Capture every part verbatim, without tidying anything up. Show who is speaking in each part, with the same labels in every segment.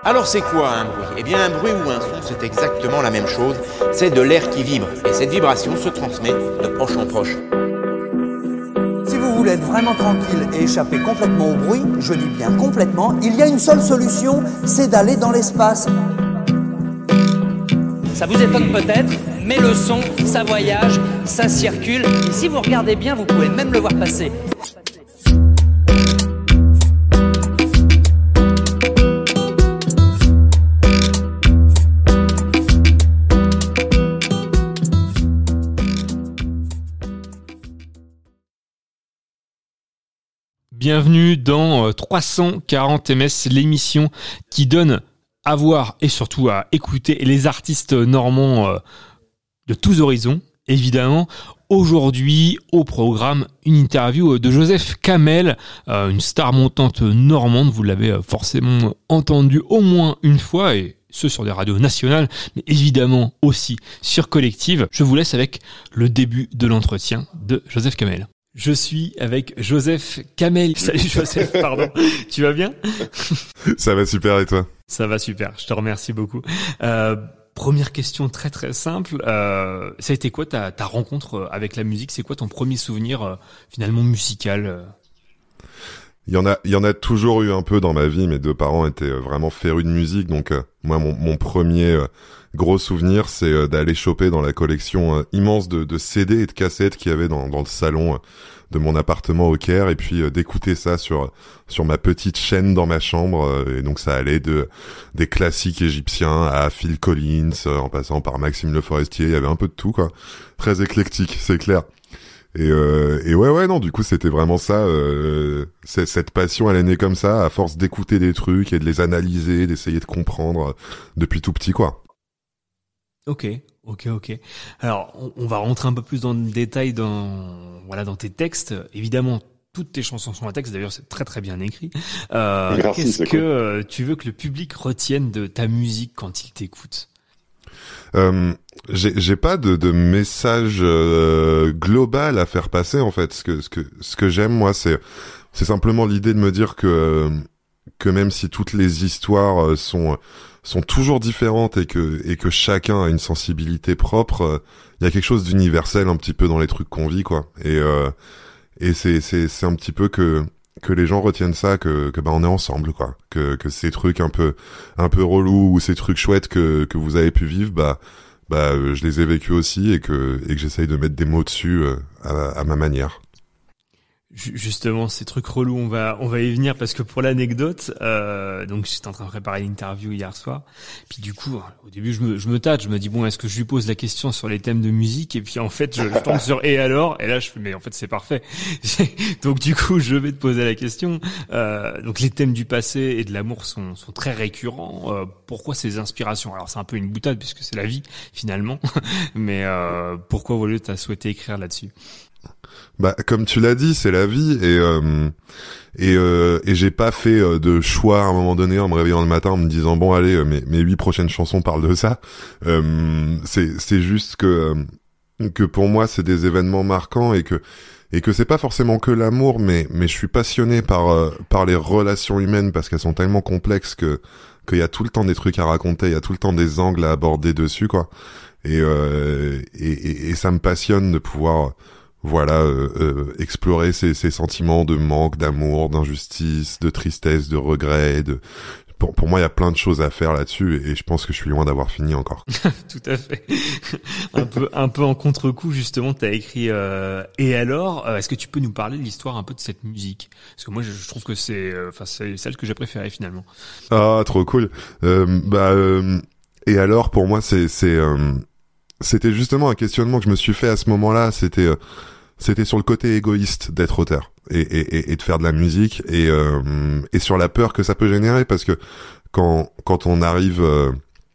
Speaker 1: Alors c'est quoi un bruit ? Eh bien un bruit ou un son, c'est exactement la même chose. C'est de l'air qui vibre. Et cette vibration se transmet de proche en proche.
Speaker 2: Si vous voulez être vraiment tranquille et échapper complètement au bruit, je dis bien complètement, il y a une seule solution, c'est d'aller dans l'espace.
Speaker 3: Ça vous étonne peut-être, mais le son, ça voyage, ça circule. Et si vous regardez bien, vous pouvez même le voir passer.
Speaker 4: Bienvenue dans trois cent quarante M S, l'émission qui donne à voir et surtout à écouter les artistes normands de tous horizons. Évidemment, aujourd'hui au programme, une interview de Joseph Kamel, une star montante normande. Vous l'avez forcément entendu au moins une fois, et ce sur des radios nationales, mais évidemment aussi sur Collective. Je vous laisse avec le début de l'entretien de Joseph Kamel. Je suis avec Joseph Kamel. Salut Joseph, pardon. Tu vas bien ?
Speaker 5: Ça va super, et toi ?
Speaker 4: Ça va super, je te remercie beaucoup. Euh, première question très très simple. Euh, ça a été quoi ta, ta rencontre avec la musique ? C'est quoi ton premier souvenir euh, finalement musical ?
Speaker 5: Il y en a, il y en a toujours eu un peu dans ma vie. Mes deux parents étaient vraiment férus de musique, donc euh, moi mon, mon premier euh, gros souvenir, c'est euh, d'aller choper dans la collection euh, immense de, de C D et de cassettes qu'il y avait dans, dans le salon euh, de mon appartement au Caire, et puis euh, d'écouter ça sur sur ma petite chaîne dans ma chambre. Euh, et donc ça allait de des classiques égyptiens à Phil Collins, euh, en passant par Maxime Le Forestier. Il y avait un peu de tout, quoi. Très éclectique, c'est clair. Et, euh, et ouais, ouais, non, du coup, c'était vraiment ça. Euh, c'est, cette passion, elle est née comme ça, à force d'écouter des trucs et de les analyser, d'essayer de comprendre euh, depuis tout petit, quoi.
Speaker 4: Ok, ok, ok. Alors, on, on va rentrer un peu plus dans le détail dans, voilà, dans tes textes. Évidemment, toutes tes chansons sont à texte. D'ailleurs, c'est très très bien écrit. Euh,
Speaker 5: Merci,
Speaker 4: qu'est-ce
Speaker 5: c'est
Speaker 4: que
Speaker 5: cool.
Speaker 4: euh, tu veux que le public retienne de ta musique quand il t'écoute ?
Speaker 5: Euh, j'ai, j'ai pas de, de message euh, global à faire passer, en fait. Ce que, ce que, ce que j'aime, moi, c'est, c'est simplement l'idée de me dire que, que même si toutes les histoires sont, sont toujours différentes et que, et que chacun a une sensibilité propre, il y a quelque chose d'universel un petit peu dans les trucs qu'on vit, quoi. Et, euh, et c'est, c'est, c'est un petit peu que, que les gens retiennent ça, que, que bah on est ensemble, quoi. Que, que ces trucs un peu, un peu relous ou ces trucs chouettes que, que vous avez pu vivre, bah, bah, euh, je les ai vécus aussi, et que, et que j'essaye de mettre des mots dessus euh, à, à ma manière.
Speaker 4: Justement, ces trucs relous, on va on va y venir, parce que pour l'anecdote, euh, donc j'étais en train de préparer l'interview hier soir, puis du coup, au début, je me je me tâte, je me dis bon, est-ce que je lui pose la question sur les thèmes de musique, et puis en fait, je, je tombe sur et alors, et là je fais mais en fait c'est parfait. Donc du coup, je vais te poser la question. Euh, donc les thèmes du passé et de l'amour sont sont très récurrents. Euh, pourquoi ces inspirations ? Alors c'est un peu une boutade puisque c'est la vie finalement, mais euh, pourquoi au lieu t'as souhaité écrire là-dessus ?
Speaker 5: Bah, comme tu l'as dit, c'est la vie, et euh, et euh, et j'ai pas fait euh, de choix à un moment donné en me réveillant le matin en me disant bon allez, mes mes huit prochaines chansons parlent de ça. Euh, c'est c'est juste que que pour moi c'est des événements marquants, et que et que c'est pas forcément que l'amour, mais mais je suis passionné par euh, par les relations humaines, parce qu'elles sont tellement complexes que qu'il y a tout le temps des trucs à raconter, il y a tout le temps des angles à aborder dessus, quoi. Et euh, et, et, et ça me passionne de pouvoir voilà, euh, euh, explorer ces, ces sentiments de manque, d'amour, d'injustice, de tristesse, de regret. De... Pour, pour moi, il y a plein de choses à faire là-dessus, et, et je pense que je suis loin d'avoir fini encore.
Speaker 4: Tout à fait. un peu, un peu en contre-coup, justement, t'as écrit euh, et alors, euh, est-ce que tu peux nous parler de l'histoire un peu de cette musique ? Parce que moi, je, je trouve que c'est, enfin, euh, c'est celle que j'ai préférée finalement.
Speaker 5: Ah, trop cool. Euh, bah, euh, et alors, pour moi, c'est, c'est, euh, c'était justement un questionnement que je me suis fait à ce moment-là. C'était euh, C'était sur le côté égoïste d'être auteur et, et, et de faire de la musique, et, euh, et sur la peur que ça peut générer, parce que quand, quand on arrive euh,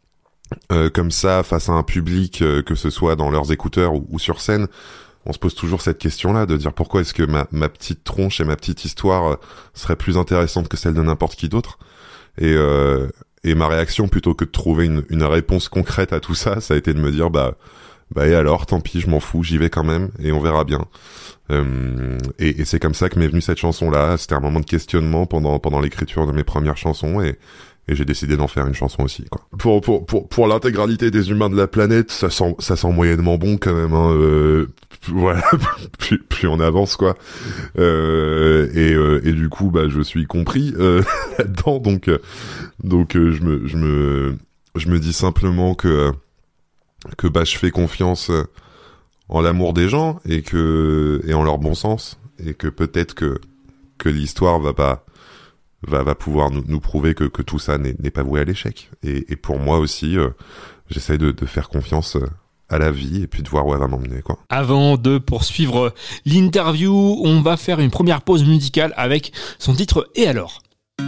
Speaker 5: euh, comme ça face à un public, euh, que ce soit dans leurs écouteurs ou, ou sur scène, on se pose toujours cette question-là de dire pourquoi est-ce que ma, ma petite tronche et ma petite histoire euh, serait plus intéressante que celle de n'importe qui d'autre. Et, euh, et ma réaction, plutôt que de trouver une, une réponse concrète à tout ça, ça a été de me dire bah bah et alors, tant pis, je m'en fous, j'y vais quand même, et on verra bien. Euh, et, et c'est comme ça que m'est venue cette chanson-là. C'était un moment de questionnement pendant pendant l'écriture de mes premières chansons, et et j'ai décidé d'en faire une chanson aussi, quoi. Pour pour pour pour l'intégralité des humains de la planète, ça sent ça sent moyennement bon quand même, hein. Euh, voilà, plus plus on avance, quoi. Euh, et euh, et du coup, bah je suis compris euh, là-dedans, donc euh, donc euh, je me je me je me dis simplement que que bah je fais confiance en l'amour des gens et que et en leur bon sens, et que peut-être que que l'histoire va pas va va pouvoir nous, nous prouver que que tout ça n'est n'est pas voué à l'échec. Et et pour moi aussi, euh, j'essaie de de faire confiance à la vie et puis de voir où elle va m'emmener, quoi.
Speaker 4: Avant de poursuivre l'interview, on va faire une première pause musicale avec son titre Et alors.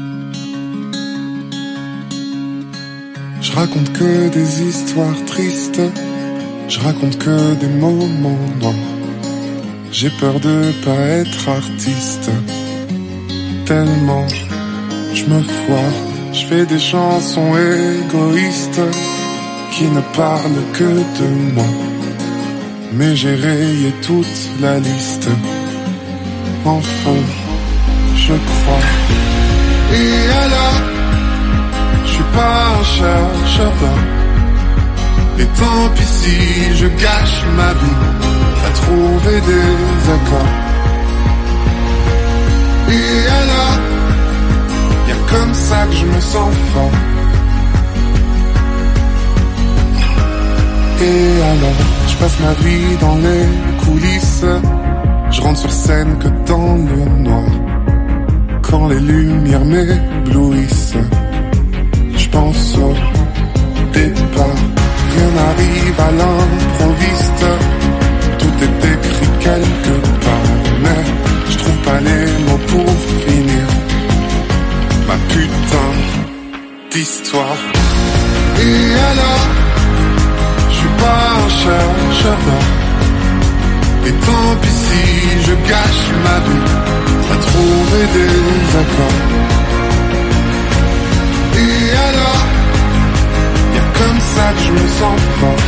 Speaker 6: Je raconte que des histoires tristes, je raconte que des moments noirs. J'ai peur de pas être artiste, tellement je me foire. Je fais des chansons égoïstes qui ne parlent que de moi, mais j'ai rayé toute la liste. Enfin, je crois. Et alors, je suis pas un chercheur d'or, et tant pis si je gâche ma vie à trouver des accords. Et alors, y'a comme ça que je me sens fort. Et alors, je passe ma vie dans les coulisses, je rentre sur scène que dans le noir. Quand les lumières m'éblouissent, je pense au départ. Rien n'arrive à l'improviste, tout est écrit quelque part, mais je trouve pas les mots pour finir ma putain d'histoire. Et alors, je suis pas un chercheur d'or, et tant pis si je gâche ma vie à trouver des accords. Et alors, y'a comme ça que je me sens fort.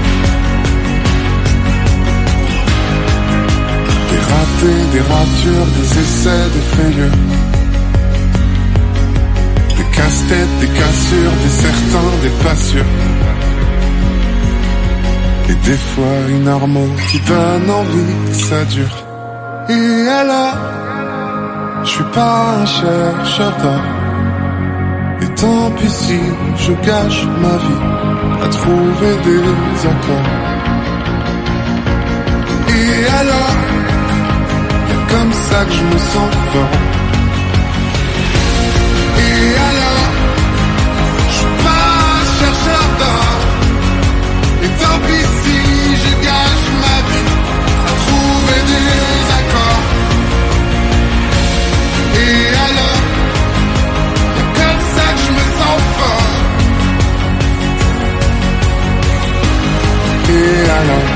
Speaker 6: Des ratés, des ratures, des essais, des failures, des casse-têtes, des cassures, des certains, des pas sûrs. Et des fois une harmonie qui donne envie que ça dure. Et alors, je suis pas un chercheur d'or, et tant pis si je gâche ma vie à trouver des accords. Et alors, y'a comme ça que je me sens fort. Et alors, je suis pas un chercheur d'or, et tant pis si je gâche ma vie à trouver des accords. Et alors, y'a comme ça que je me sens fort. Et alors,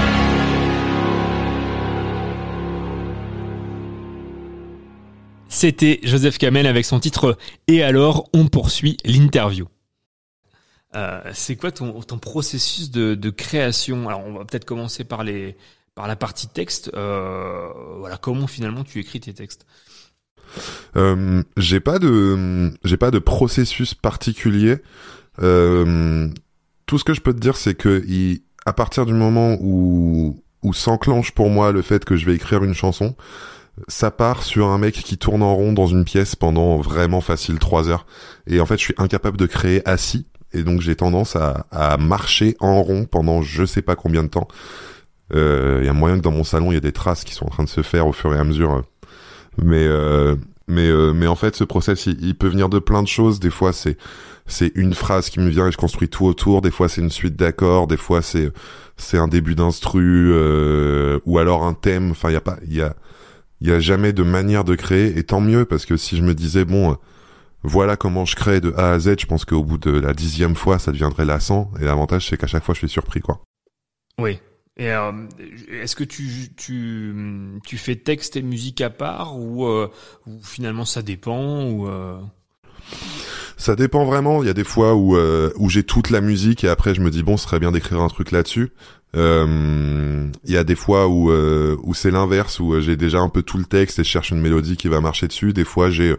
Speaker 4: C'était Joseph Kamel avec son titre Et alors, on poursuit l'interview. Euh, c'est quoi ton, ton processus de, de création? Alors, on va peut-être commencer par les par la partie texte. Euh, voilà, comment finalement tu écris tes textes?
Speaker 5: Euh, j'ai pas de j'ai pas de processus particulier. Euh, tout ce que je peux te dire, c'est que il, à partir du moment où où s'enclenche pour moi le fait que je vais écrire une chanson, ça part sur un mec qui tourne en rond dans une pièce pendant vraiment facile trois heures. Et en fait, je suis incapable de créer assis. Et donc, j'ai tendance à, à marcher en rond pendant je sais pas combien de temps. Il euh, y a moyen que dans mon salon, il y a des traces qui sont en train de se faire au fur et à mesure. Mais, euh, mais, euh, mais en fait, ce process, il, il peut venir de plein de choses. Des fois, c'est, c'est une phrase qui me vient et je construis tout autour. Des fois, c'est une suite d'accords. Des fois, c'est, c'est un début d'instru, euh, ou alors un thème. Enfin, il y a pas, il y a, il y a jamais de manière de créer, et tant mieux, parce que si je me disais, bon, euh, voilà comment je crée de A à Z, je pense qu'au bout de la dixième fois, ça deviendrait lassant, et l'avantage, c'est qu'à chaque fois, je suis surpris, quoi.
Speaker 4: Oui. Et euh, est-ce que tu, tu, tu fais texte et musique à part, ou, euh, ou finalement ça dépend, ou euh...
Speaker 5: Ça dépend vraiment. Il y a des fois où euh, où j'ai toute la musique et après je me dis bon, ce serait bien d'écrire un truc là-dessus. Euh, il y a des fois où euh, où c'est l'inverse, où j'ai déjà un peu tout le texte et je cherche une mélodie qui va marcher dessus. Des fois j'ai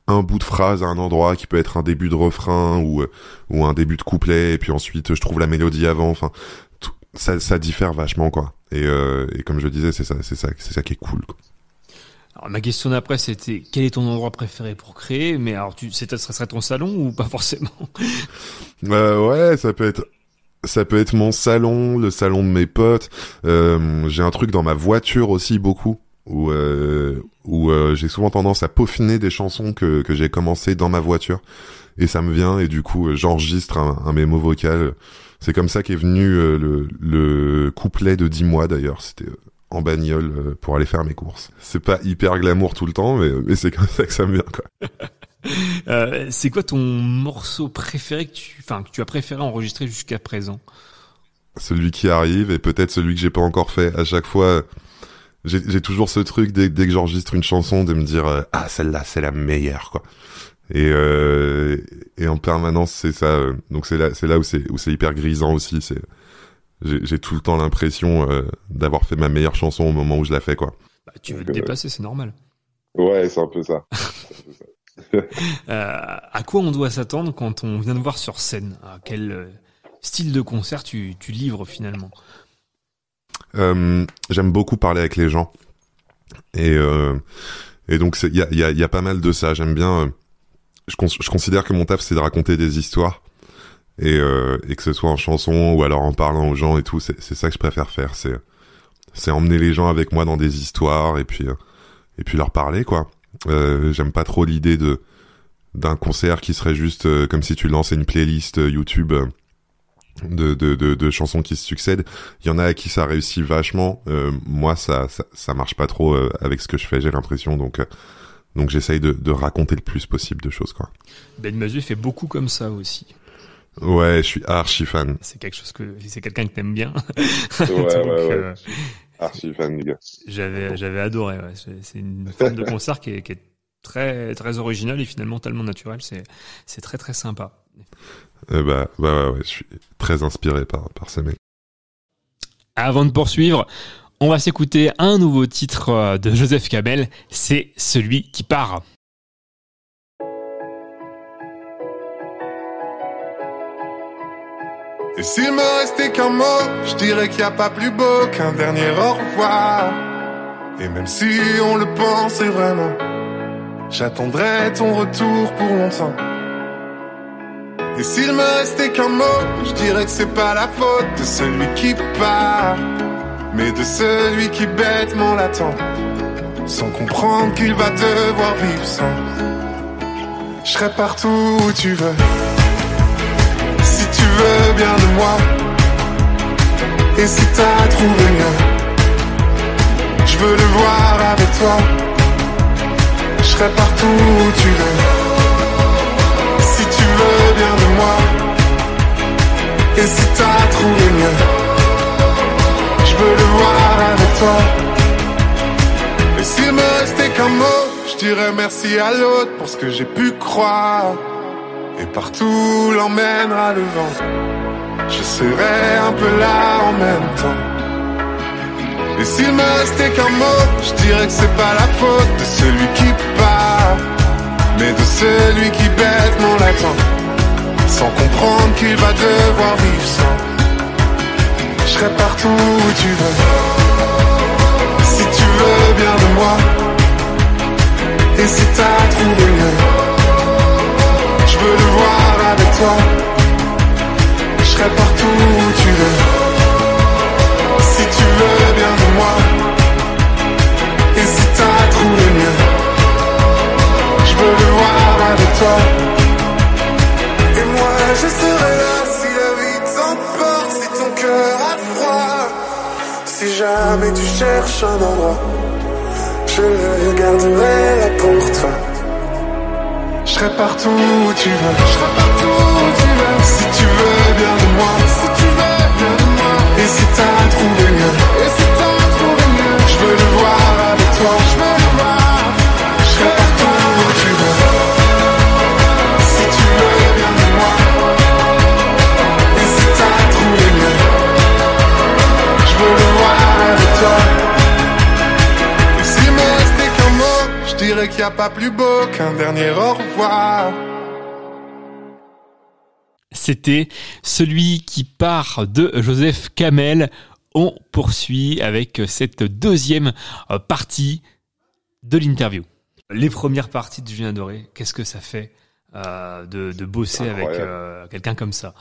Speaker 5: un bout de phrase à un endroit qui peut être un début de refrain ou ou un début de couplet et puis ensuite je trouve la mélodie avant. Enfin, tout, ça ça diffère vachement quoi. Et euh, et comme je disais, c'est ça c'est ça c'est ça qui est cool quoi.
Speaker 4: Alors, ma question d'après, c'était quel est ton endroit préféré pour créer? Mais alors, tu, c'est, ça serait ton salon ou pas forcément?
Speaker 5: euh, Ouais, ça peut être, ça peut être mon salon, le salon de mes potes. Euh, j'ai un truc dans ma voiture aussi beaucoup, où euh, où euh, j'ai souvent tendance à peaufiner des chansons que que j'ai commencé dans ma voiture, et ça me vient et du coup j'enregistre un, un mémo vocal. C'est comme ça qu'est venu euh, le le couplet de dix mois d'ailleurs. C'était en bagnole pour aller faire mes courses. C'est pas hyper glamour tout le temps, mais, mais c'est comme ça que ça me vient, quoi.
Speaker 4: euh, c'est quoi ton morceau préféré que tu, enfin, que tu as préféré enregistrer jusqu'à présent?
Speaker 5: Celui qui arrive, et peut-être celui que j'ai pas encore fait. À chaque fois, j'ai, j'ai toujours ce truc, dès, dès que j'enregistre une chanson, de me dire, euh, ah, celle-là, c'est la meilleure, quoi. Et, euh, et en permanence, c'est ça. Donc c'est là, c'est là où c'est, où c'est hyper grisant aussi, c'est, J'ai, j'ai tout le temps l'impression euh, d'avoir fait ma meilleure chanson au moment où je la fais, quoi.
Speaker 4: Bah, tu veux te dépasser, c'est normal.
Speaker 5: Ouais, c'est un peu ça.
Speaker 4: euh, à quoi on doit s'attendre quand on vient de voir sur scène? À quel euh, style de concert tu, tu livres finalement?
Speaker 5: euh, J'aime beaucoup parler avec les gens. Et, euh, et donc, il y a, y, a, y a pas mal de ça. J'aime bien... Euh, je, cons- je considère que mon taf, c'est de raconter des histoires. Et, euh, et que ce soit en chanson ou alors en parlant aux gens et tout, c'est, c'est ça que je préfère faire, c'est, c'est emmener les gens avec moi dans des histoires et puis, euh, et puis leur parler, quoi. Euh, j'aime pas trop l'idée de, d'un concert qui serait juste euh, comme si tu lançais une playlist euh, YouTube euh, de, de, de, de chansons qui se succèdent. Il y en a à qui ça réussit vachement. Euh, moi, ça, ça, ça marche pas trop euh, avec ce que je fais, j'ai l'impression, donc, euh, donc j'essaye de, de raconter le plus possible de choses, quoi.
Speaker 4: Ben Mazué fait beaucoup comme ça aussi.
Speaker 5: Ouais, je suis archi fan.
Speaker 4: C'est quelque chose que c'est quelqu'un que t'aimes bien.
Speaker 5: Ouais,
Speaker 4: Donc,
Speaker 5: ouais, ouais.
Speaker 4: Euh,
Speaker 5: archi fan, les gars.
Speaker 4: J'avais, j'avais adoré. Ouais. C'est, c'est une forme de concert qui est, qui est très, très originale et finalement tellement naturelle. C'est, c'est très, très sympa.
Speaker 5: Euh, bah, bah, ouais, ouais, je suis très inspiré par, par ces mecs.
Speaker 4: Avant de poursuivre, on va s'écouter un nouveau titre de Joseph Kamel. C'est Celui qui part.
Speaker 6: Et s'il me restait qu'un mot, je dirais qu'il n'y a pas plus beau qu'un dernier au revoir. Et même si on le pensait vraiment, j'attendrai ton retour pour longtemps. Et s'il me restait qu'un mot, je dirais que c'est pas la faute de celui qui part, mais de celui qui bêtement l'attend, sans comprendre qu'il va devoir vivre sans. Je serai partout où tu veux, si tu veux bien de moi. Et si t'as trouvé mieux, je veux le voir avec toi. Je serai partout où tu veux, si tu veux bien de moi. Et si t'as trouvé mieux, je veux le voir avec toi. Et s'il me restait qu'un mot, je dirais merci à l'autre pour ce que j'ai pu croire. Et partout l'emmènera le vent, je serai un peu là en même temps. Et s'il me restait qu'un mot, je dirais que c'est pas la faute de celui qui part, mais de celui qui bêtement l'attend, sans comprendre qu'il va devoir vivre sans. Je serai partout où tu veux, si tu veux bien de moi. Et si t'as trouvé mieux, je veux le voir avec toi. Je serai partout où tu veux, si tu veux bien de moi. Et si t'as trouvé mieux, je veux le voir avec toi. Et moi je serai là si la vie t'emporte, si ton cœur a froid. Si jamais tu cherches un endroit, je le garderai là pour toi. Je serai partout où tu veux, je serai partout où tu veux. Si tu veux bien de moi, si tu veux bien de moi. Et si t'as trouvé mieux, et si t'as trouvé mieux, je veux le voir avec toi, je veux le voir. Je serai partout où tu veux, si tu veux bien de moi. Et si t'as trouvé mieux, je veux le voir avec toi. Et s'il me restait qu'un mot, je dirais qu'il n'y a pas plus beau qu'un dernier au revoir. espoir.
Speaker 4: C'était Celui qui part de Joseph Kamel. On poursuit avec cette deuxième partie de l'interview. Les premières parties de Julien Doré, qu'est-ce que ça fait euh, de, de bosser avec euh, quelqu'un comme ça?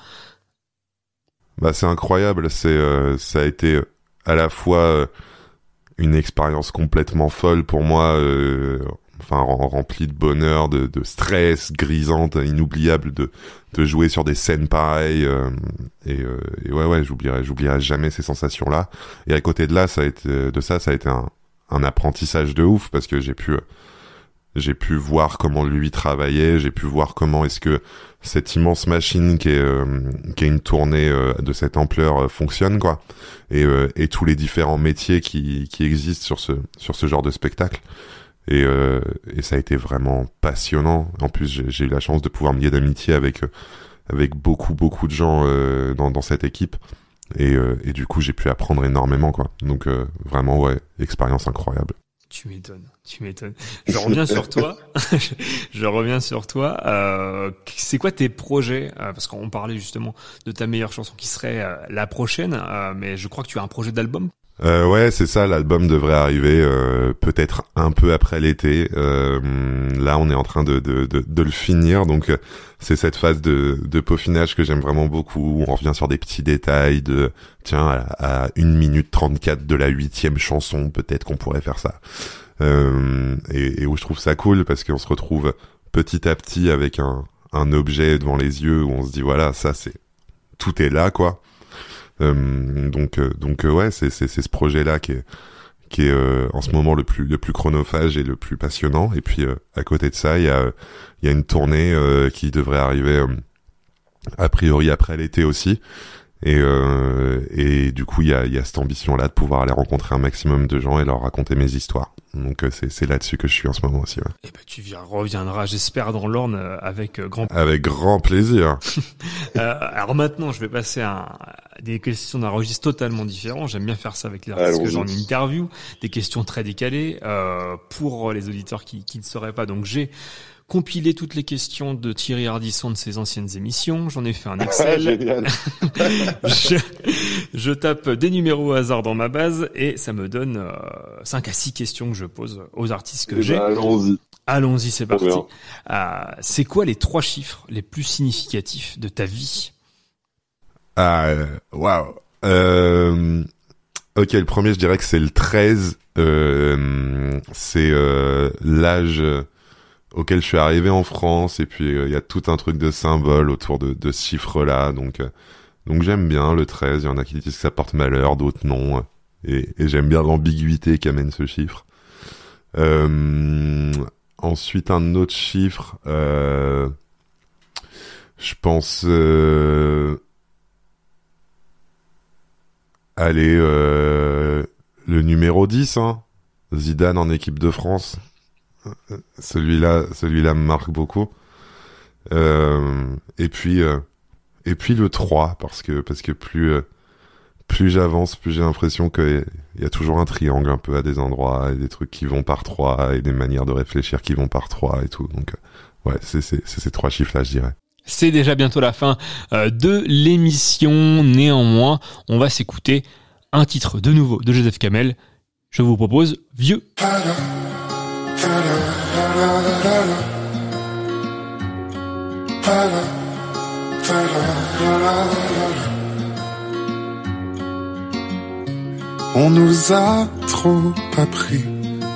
Speaker 5: Bah, c'est incroyable. C'est, euh, ça a été à la fois euh, une expérience complètement folle pour moi, euh, enfin remplie de bonheur, de, de stress, grisante, inoubliable de de jouer sur des scènes pareilles. Euh, et, euh, et ouais, ouais, j'oublierai, j'oublierai jamais ces sensations-là. Et à côté de là, ça a été, de ça, ça a été un, un apprentissage de ouf parce que j'ai pu j'ai pu voir comment lui travaillait, j'ai pu voir comment est-ce que cette immense machine qui est euh, qui est une tournée euh, de cette ampleur euh, fonctionne quoi, et euh, et tous les différents métiers qui qui existent sur ce sur ce genre de spectacle. Et euh, et ça a été vraiment passionnant. En plus, j'ai, j'ai eu la chance de pouvoir me lier d'amitié avec euh, avec beaucoup beaucoup de gens euh, dans dans cette équipe. Et euh, et du coup, j'ai pu apprendre énormément quoi. Donc euh, vraiment ouais, expérience incroyable.
Speaker 4: Tu m'étonnes, tu m'étonnes. Je reviens sur toi. je reviens sur toi. Euh, c'est quoi tes projets? euh, Parce qu'on parlait justement de ta meilleure chanson qui serait euh, la prochaine, euh, mais je crois que tu as un projet d'album.
Speaker 5: Euh, ouais, c'est ça. L'album devrait arriver euh, peut-être un peu après l'été. Euh, là, on est en train de de de, de le finir. Donc, euh, c'est cette phase de de peaufinage que j'aime vraiment beaucoup. Où on revient sur des petits détails de tiens à, à une minute trente-quatre de la huitième chanson, peut-être qu'on pourrait faire ça. Euh, et, et où je trouve ça cool parce qu'on se retrouve petit à petit avec un un objet devant les yeux où on se dit voilà, ça c'est tout est là quoi. Euh, donc euh, donc euh, ouais c'est c'est c'est ce projet là qui est qui est euh, en ce moment le plus le plus chronophage et le plus passionnant. Et puis euh, à côté de ça il y a il y a une tournée euh, qui devrait arriver euh, a priori après l'été aussi. Et euh, et du coup il y a il y a cette ambition là de pouvoir aller rencontrer un maximum de gens et leur raconter mes histoires. Donc euh, c'est c'est là-dessus que je suis en ce moment aussi. Ouais.
Speaker 4: Et ben tu viens, reviendras j'espère dans l'Orne euh, avec euh, grand
Speaker 5: avec grand plaisir.
Speaker 4: euh, alors maintenant je vais passer à, à des questions d'un registre totalement différent. J'aime bien faire ça avec les artistes que j'en interview, des questions très décalées euh, pour les auditeurs qui qui ne sauraient pas. Donc j'ai compilé toutes les questions de Thierry Ardisson de ses anciennes émissions. J'en ai fait un Excel.
Speaker 7: Génial.
Speaker 4: je, je tape des numéros au hasard dans ma base et ça me donne euh, cinq à six questions que je pose aux artistes que
Speaker 7: Et
Speaker 4: j'ai.
Speaker 7: bah, allons-y.
Speaker 4: Allons-y, c'est
Speaker 7: Trop
Speaker 4: parti.
Speaker 7: bien.
Speaker 4: Euh, c'est quoi les trois chiffres les plus significatifs de ta vie?
Speaker 5: Ah waouh. Euh, ok, le premier je dirais que c'est le treize. Euh, c'est euh, l'âge auquel je suis arrivé en France, et puis il euh, y a tout un truc de symbole autour de, de ce chiffre-là, donc euh, donc j'aime bien le treize. Il y en a qui disent que ça porte malheur, d'autres non, euh, et, et j'aime bien l'ambiguïté qu'amène ce chiffre. Euh, ensuite un autre chiffre, euh, je pense euh, allez euh, le numéro dix, hein, Zidane en équipe de France. Celui-là, celui-là me marque beaucoup. Euh, et puis, euh, et puis le trois, parce que, parce que plus, euh, plus j'avance, plus j'ai l'impression qu'il y a toujours un triangle un peu à des endroits, et des trucs qui vont par trois, et des manières de réfléchir qui vont par trois et tout. Donc, euh, ouais, c'est, c'est, c'est ces trois chiffres-là, je dirais.
Speaker 4: C'est déjà bientôt la fin euh, de l'émission. Néanmoins, on va s'écouter un titre de nouveau de Joseph Kamel. Je vous propose Vieux.
Speaker 6: On nous a trop appris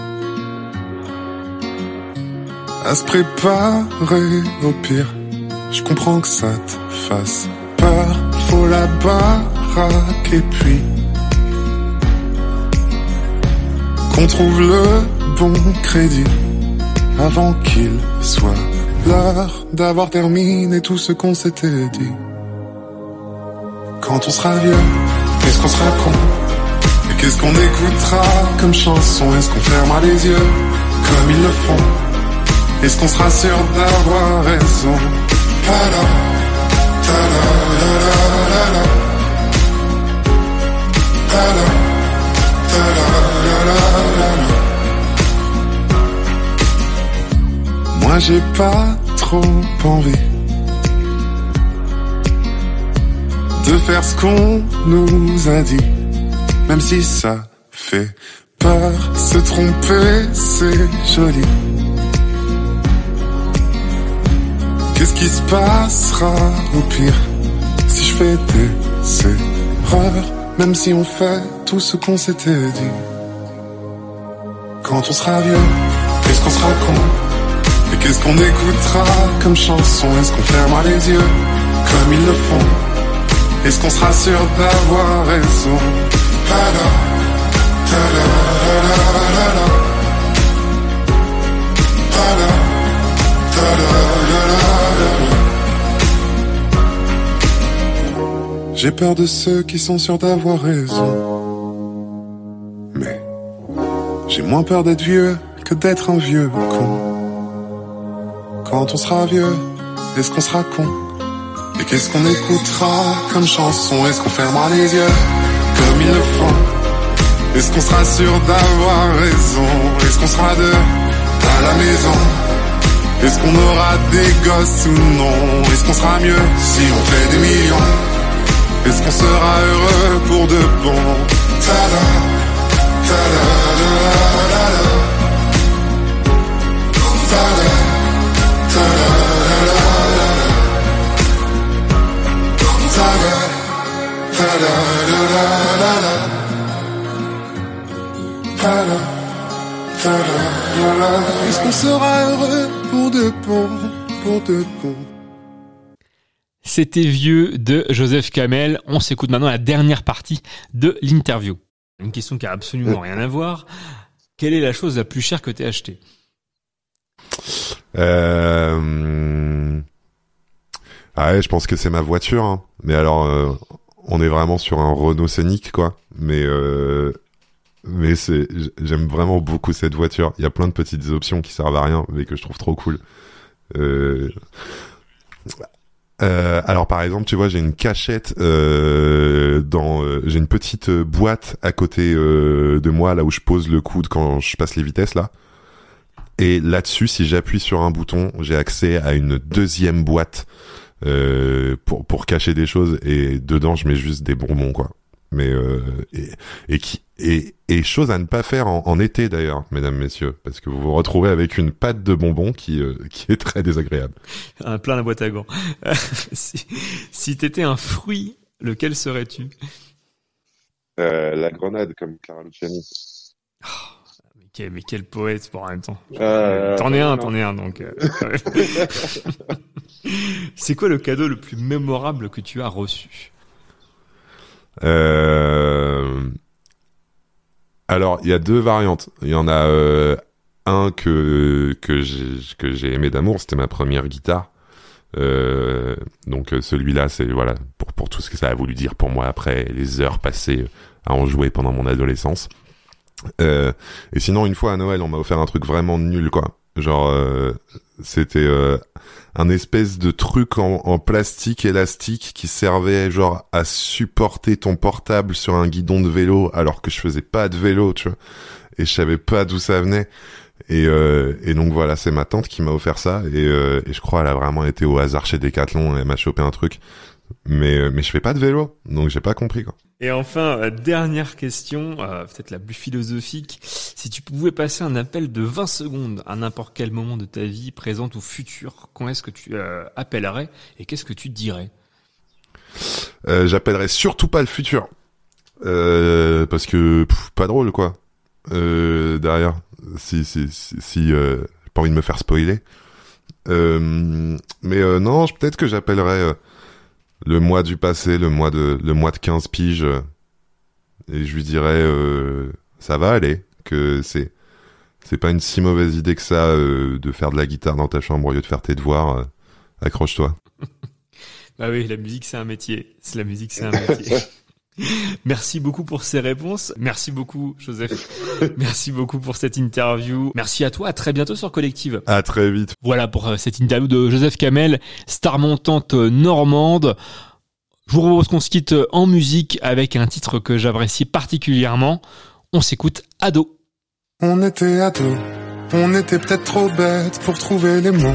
Speaker 6: à se préparer au pire. Je comprends que ça te fasse peur. Faut la baraque et puis qu'on trouve le bon crédit avant qu'il soit l'heure d'avoir terminé tout ce qu'on s'était dit. Quand on sera vieux, qu'est-ce qu'on se raconte? Et qu'est-ce qu'on écoutera comme chanson? Est-ce qu'on fermera les yeux comme ils le font? Est-ce qu'on sera sûr d'avoir raison? Ta-da, ta-da, la-la-la-la. Ta-da, ta-da, la-la-la-la. Moi j'ai pas trop envie de faire ce qu'on nous a dit, même si ça fait peur. Se tromper, c'est joli. Qu'est-ce qui se passera au pire si je fais des erreurs, même si on fait tout ce qu'on s'était dit? Quand on sera vieux, qu'est-ce qu'on sera con? Et qu'est-ce qu'on écoutera comme chanson? Est-ce qu'on fermera les yeux comme ils le font? Est-ce qu'on sera sûr d'avoir raison? Ta-da, ta-da, ta-da, ta-da, ta-da. J'ai peur de ceux qui sont sûrs d'avoir raison, mais j'ai moins peur d'être vieux que d'être un vieux con. Quand on sera vieux, est-ce qu'on sera con? Et qu'est-ce qu'on écoutera comme chanson? Est-ce qu'on fermera les yeux comme ils le font? Est-ce qu'on sera sûr d'avoir raison? Est-ce qu'on sera deux à la maison? Est-ce qu'on aura des gosses ou non? Est-ce qu'on sera mieux si on fait des millions? Est-ce qu'on sera heureux pour de bon? Ta-da, ta-da, ta-da, ta-da, ta-da, est-ce qu'on sera heureux pour de bon, pour de bon?
Speaker 4: C'était Vieux de Joseph Kamel. On s'écoute maintenant la dernière partie de l'interview. Une question qui a absolument rien à voir. Quelle est la chose la plus chère que tu as achetée?
Speaker 5: Euh... Ah ouais, je pense que c'est ma voiture, hein. Mais alors, euh, on est vraiment sur un Renault Scénic, quoi. Mais euh, mais c'est, j'aime vraiment beaucoup cette voiture. Il y a plein de petites options qui servent à rien, mais que je trouve trop cool. Euh... Euh, alors par exemple, tu vois, j'ai une cachette euh, dans, euh, j'ai une petite boîte à côté euh, de moi, là où je pose le coude quand je passe les vitesses, là. Et là-dessus, si j'appuie sur un bouton, j'ai accès à une deuxième boîte. Euh, pour pour cacher des choses, et dedans je mets juste des bonbons, quoi. Mais euh, et et qui et et chose à ne pas faire en, en été d'ailleurs, mesdames, messieurs, parce que vous vous retrouvez avec une pâte de bonbons qui euh, qui est très désagréable.
Speaker 4: Un plein la boîte à gants. si si t'étais un fruit, lequel serais-tu?
Speaker 5: Euh, la grenade, comme Clara Luciani.
Speaker 4: Oh, mais, quel, mais quel poète pour en même temps.
Speaker 5: Euh,
Speaker 4: t'en es un,
Speaker 5: non.
Speaker 4: t'en es un donc. Euh, c'est quoi le cadeau le plus mémorable que tu as reçu?
Speaker 5: Euh... Alors, il y a deux variantes. Il y en a euh, un que que j'ai que j'ai aimé d'amour, c'était ma première guitare. Euh, donc celui-là, c'est voilà pour pour tout ce que ça a voulu dire pour moi après les heures passées à en jouer pendant mon adolescence. Euh, et sinon, une fois à Noël, on m'a offert un truc vraiment nul, quoi. Genre, euh, c'était euh, un espèce de truc en, en plastique élastique qui servait genre à supporter ton portable sur un guidon de vélo, alors que je faisais pas de vélo, tu vois. Et je savais pas d'où ça venait. Et, euh, et donc voilà, c'est ma tante qui m'a offert ça. Et, euh, et je crois elle a vraiment été au hasard chez Decathlon et elle m'a chopé un truc. Mais mais je fais pas de vélo, donc j'ai pas compris, quoi.
Speaker 4: Et enfin, euh, dernière question, euh, peut-être la plus philosophique. Si tu pouvais passer un appel de vingt secondes à n'importe quel moment de ta vie, présente ou future, quand est-ce que tu euh, appellerais et qu'est-ce que tu dirais?
Speaker 5: euh, J'appellerais surtout pas le futur. Euh, parce que pff, pas drôle, quoi. Euh, derrière, si si si, si euh, j'ai pas envie de me faire spoiler. Euh, mais euh, non, peut-être que j'appellerais euh, le mois du passé, le mois de le mois de quinze piges, euh, et je lui dirais euh, ça va aller, que c'est c'est pas une si mauvaise idée que ça euh, de faire de la guitare dans ta chambre au lieu de faire tes devoirs. Euh, accroche-toi.
Speaker 4: Bah oui, la musique c'est un métier. C'est la musique c'est un métier. Merci beaucoup pour ces réponses. Merci beaucoup, Joseph. Merci beaucoup pour cette interview. Merci à toi. À très bientôt sur Collective.
Speaker 5: À très vite.
Speaker 4: Voilà pour cette interview de Joseph Kamel, star montante normande. Je vous propose qu'on se quitte en musique avec un titre que j'apprécie particulièrement. On s'écoute Ado.
Speaker 6: On était ados, on était peut-être trop bêtes pour trouver les mots.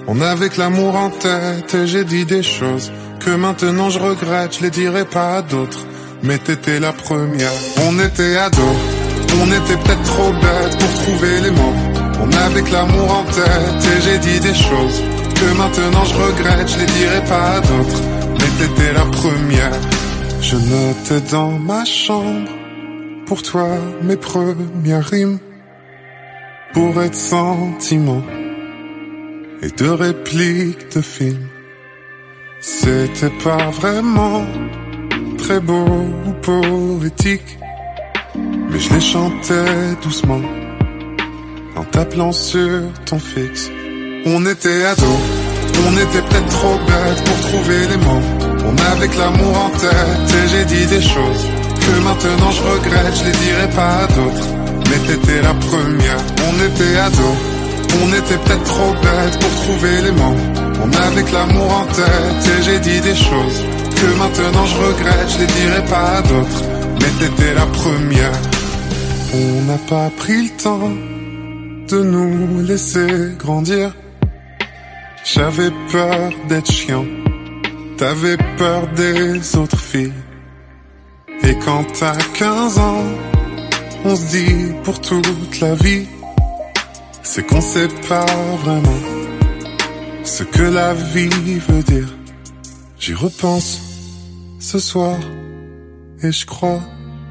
Speaker 6: On avait que l'amour en tête et j'ai dit des choses que maintenant je regrette, je les dirai pas à d'autres. Mais t'étais la première. On était ados, on était peut-être trop bêtes pour trouver les mots. On avait que l'amour en tête et j'ai dit des choses que maintenant je regrette, je les dirai pas à d'autres. Mais t'étais la première. Je notais dans ma chambre pour toi mes premières rimes, pour être sentiment et de répliques de films. C'était pas vraiment très beau ou poétique, mais je les chantais doucement en t'appelant sur ton fixe. On était ados, on était peut-être trop bêtes pour trouver les mots. On avait que l'amour en tête et j'ai dit des choses que maintenant je regrette, je les dirai pas à d'autres. Mais t'étais la première. On était ados, on était peut-être trop bêtes pour trouver les mots. On avait que l'amour en tête et j'ai dit des choses que maintenant je regrette, je les dirai pas à d'autres. Mais t'étais la première. On n'a pas pris le temps de nous laisser grandir. J'avais peur d'être chiant, t'avais peur des autres filles. Et quand t'as quinze ans, on se dit pour toute la vie, c'est qu'on sait pas vraiment ce que la vie veut dire. J'y repense ce soir et je crois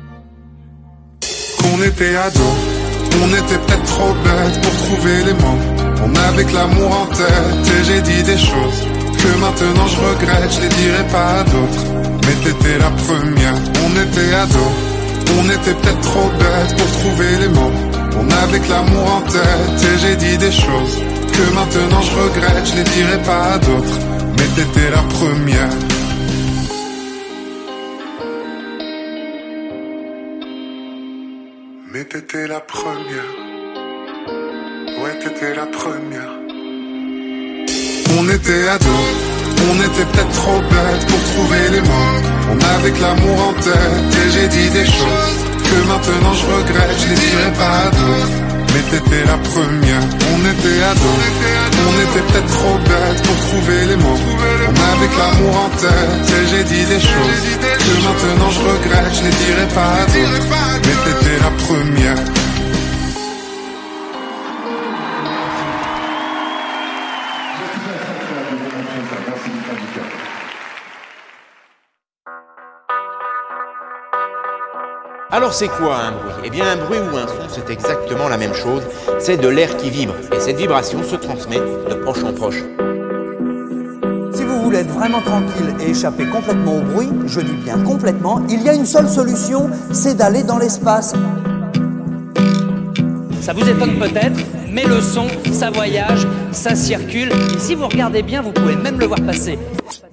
Speaker 6: qu'on était ados, on était peut-être trop bêtes pour trouver les mots. On avait que l'amour en tête et j'ai dit des choses que maintenant je regrette, je les dirai pas à d'autres. Mais t'étais la première. On était ados, on était peut-être trop bêtes pour trouver les mots. On avait que l'amour en tête et j'ai dit des choses que maintenant je regrette, je les dirai pas à d'autres. Mais t'étais la première. Mais t'étais la première. Ouais, t'étais la première. On était ados, on était peut-être trop bêtes pour trouver les mots. On avait que l'amour en tête et j'ai dit des choses que maintenant je regrette, je les dirai pas à d'autres. Mais t'étais la première. On était ados, on était peut-être trop bêtes pour trouver les mots. On avait que l'amour en tête et j'ai dit des choses que maintenant je regrette, je les dirai pas à d'autres. Mais t'étais la première.
Speaker 1: Alors c'est quoi un bruit? Eh bien un bruit ou un son, c'est exactement la même chose. C'est de l'air qui vibre. Et cette vibration se transmet de proche en proche.
Speaker 2: Si vous voulez être vraiment tranquille et échapper complètement au bruit, je dis bien complètement, il y a une seule solution, c'est d'aller dans l'espace.
Speaker 3: Ça vous étonne peut-être, mais le son, ça voyage, ça circule. Et si vous regardez bien, vous pouvez même le voir passer.